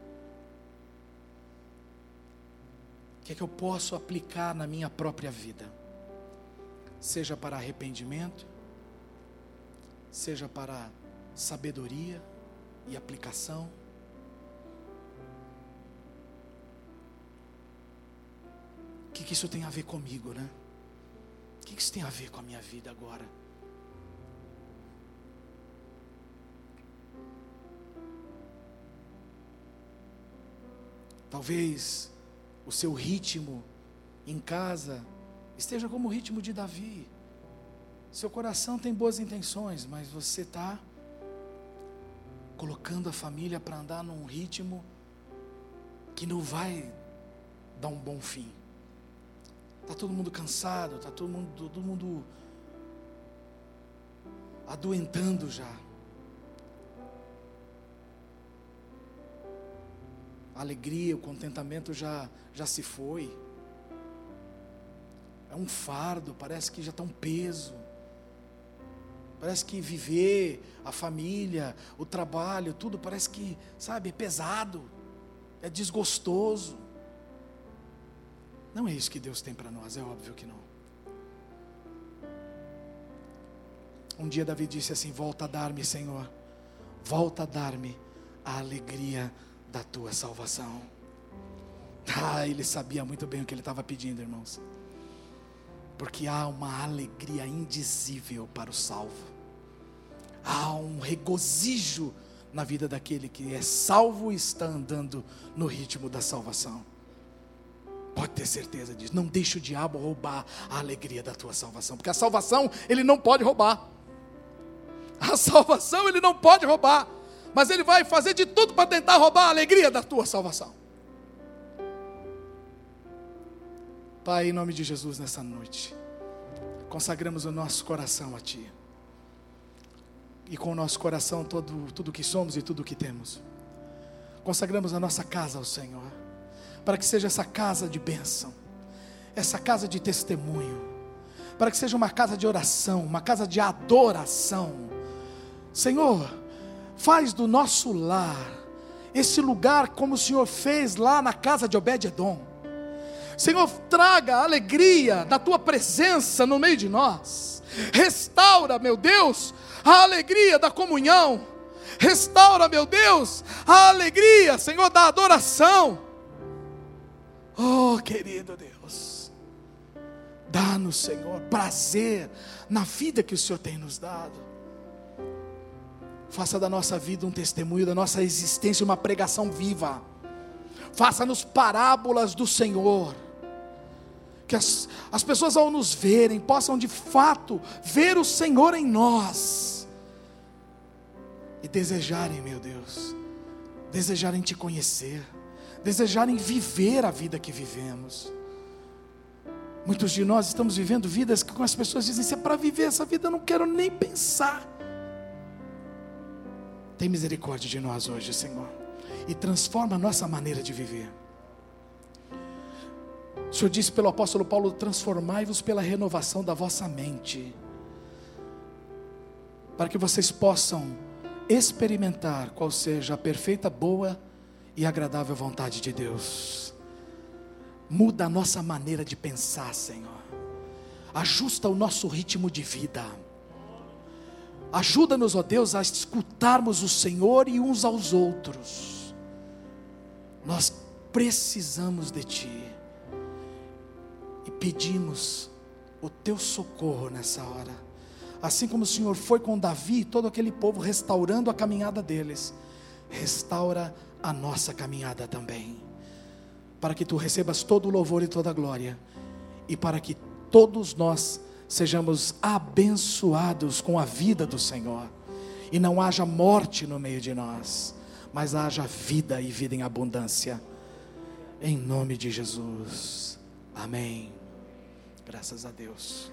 O que é que eu posso aplicar na minha própria vida? Seja para arrependimento, seja para sabedoria e aplicação. O que que isso tem a ver comigo, né? O que que isso tem a ver com a minha vida agora? Talvez o seu ritmo em casa esteja como o ritmo de Davi. Seu coração tem boas intenções, mas você está colocando a família para andar num ritmo que não vai dar um bom fim. Está todo mundo cansado, está todo mundo, todo mundo adoentando já. A alegria, o contentamento já, já se foi. É um fardo, parece que já está um peso. Parece que viver, a família, o trabalho, tudo parece que, sabe, é pesado, é desgostoso. Não é isso que Deus tem para nós, é óbvio que não. Um dia Davi disse assim: volta a dar-me, Senhor, volta a dar-me a alegria da tua salvação. Ah, ele sabia muito bem o que ele estava pedindo, irmãos. Porque há uma alegria indizível para o salvo. Há um regozijo na vida daquele que é salvo e está andando no ritmo da salvação. Pode ter certeza disso. Não deixe o diabo roubar a alegria da tua salvação. Porque a salvação ele não pode roubar. A salvação ele não pode roubar. Mas ele vai fazer de tudo para tentar roubar a alegria da tua salvação. Pai, em nome de Jesus, nessa noite, consagramos o nosso coração a Ti. E com o nosso coração, todo, tudo que somos e tudo que temos. Consagramos a nossa casa ao Senhor, para que seja essa casa de bênção, essa casa de testemunho, para que seja uma casa de oração, uma casa de adoração. Senhor, faz do nosso lar, esse lugar como o Senhor fez lá na casa de Obed-edom. Senhor, traga a alegria da Tua presença no meio de nós. Restaura, meu Deus, a alegria da comunhão. Restaura, meu Deus, a alegria, Senhor, da adoração. Oh, querido Deus, dá-nos, Senhor, prazer na vida que o Senhor tem nos dado. Faça da nossa vida um testemunho, da nossa existência uma pregação viva. Faça-nos parábolas do Senhor. Que as, as pessoas ao nos verem, possam de fato ver o Senhor em nós. E desejarem, meu Deus, desejarem Te conhecer, desejarem viver a vida que vivemos. Muitos de nós estamos vivendo vidas que as pessoas dizem: se é para viver essa vida eu não quero nem pensar. Tem misericórdia de nós hoje, Senhor, e transforma a nossa maneira de viver. O Senhor disse pelo apóstolo Paulo: transformai-vos pela renovação da vossa mente, para que vocês possam experimentar qual seja a perfeita, boa e agradável vontade de Deus. Muda a nossa maneira de pensar, Senhor. Ajusta o nosso ritmo de vida. Ajuda-nos, ó Deus, a escutarmos o Senhor e uns aos outros. Nós precisamos de Ti. E pedimos o Teu socorro nessa hora. Assim como o Senhor foi com Davi e todo aquele povo, restaurando a caminhada deles, restaura a nossa caminhada também, para que Tu recebas todo o louvor e toda a glória, e para que todos nós sejamos abençoados com a vida do Senhor, e não haja morte no meio de nós, mas haja vida e vida em abundância, em nome de Jesus, amém. Graças a Deus.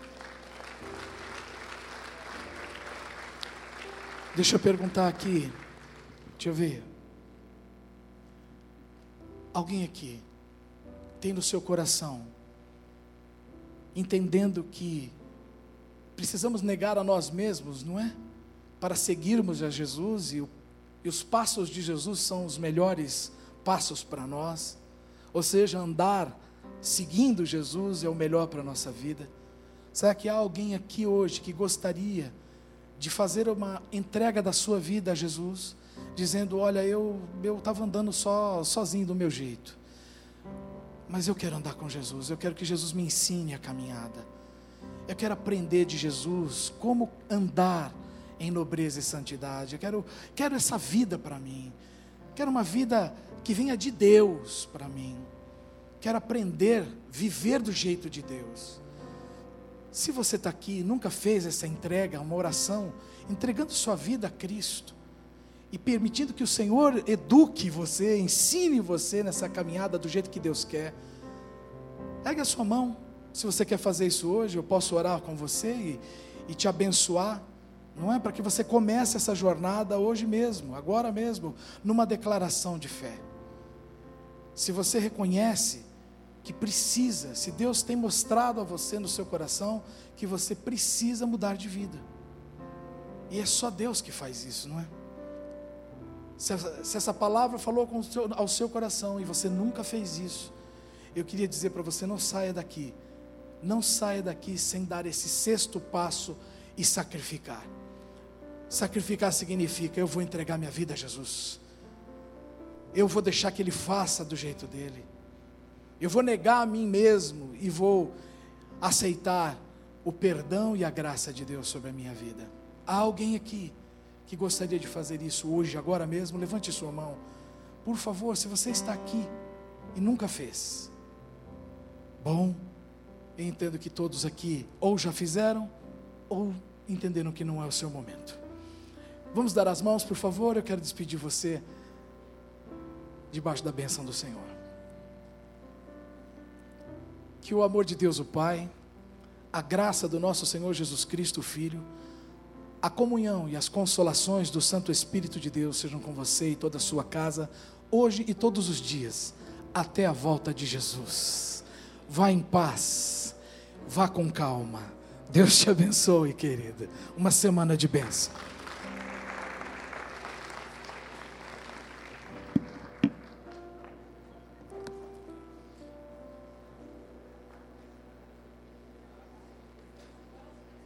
Deixa eu perguntar aqui, deixa eu ver, alguém aqui tem no seu coração, entendendo que precisamos negar a nós mesmos, não é? Para seguirmos a Jesus, e, o, e os passos de Jesus são os melhores passos para nós, ou seja, andar seguindo Jesus é o melhor para a nossa vida. Será que há alguém aqui hoje que gostaria de fazer uma entrega da sua vida a Jesus, dizendo: olha, eu eu estava andando só, sozinho do meu jeito, mas eu quero andar com Jesus, eu quero que Jesus me ensine a caminhada, eu quero aprender de Jesus como andar em nobreza e santidade, eu quero, quero essa vida para mim, quero uma vida que venha de Deus para mim, quero aprender, viver do jeito de Deus. Se você está aqui e nunca fez essa entrega, uma oração, entregando sua vida a Cristo, e permitindo que o Senhor eduque você, ensine você nessa caminhada do jeito que Deus quer, ergue a sua mão. Se você quer fazer isso hoje, eu posso orar com você e, e te abençoar, não é? Para que você comece essa jornada hoje mesmo, agora mesmo, numa declaração de fé. Se você reconhece que precisa, se Deus tem mostrado a você no seu coração que você precisa mudar de vida, e é só Deus que faz isso, não é? Se essa, se essa palavra falou com o seu, ao seu coração e você nunca fez isso, eu queria dizer para você, não saia daqui, não saia daqui sem dar esse sexto passo e sacrificar. Sacrificar significa, eu vou entregar minha vida a Jesus, eu vou deixar que Ele faça do jeito dEle, eu vou negar a mim mesmo e vou aceitar o perdão e a graça de Deus sobre a minha vida. Há alguém aqui que gostaria de fazer isso hoje, agora mesmo? Levante sua mão, por favor. Se você está aqui e nunca fez, bom, eu entendo que todos aqui ou já fizeram ou entenderam que não é o seu momento. Vamos dar as mãos, por favor. Eu quero despedir você debaixo da bênção do Senhor. Que o amor de Deus o Pai, a graça do nosso Senhor Jesus Cristo, o Filho, a comunhão e as consolações do Santo Espírito de Deus sejam com você e toda a sua casa, hoje e todos os dias, até a volta de Jesus. Vá em paz, vá com calma. Deus te abençoe, querida. Uma semana de bênção.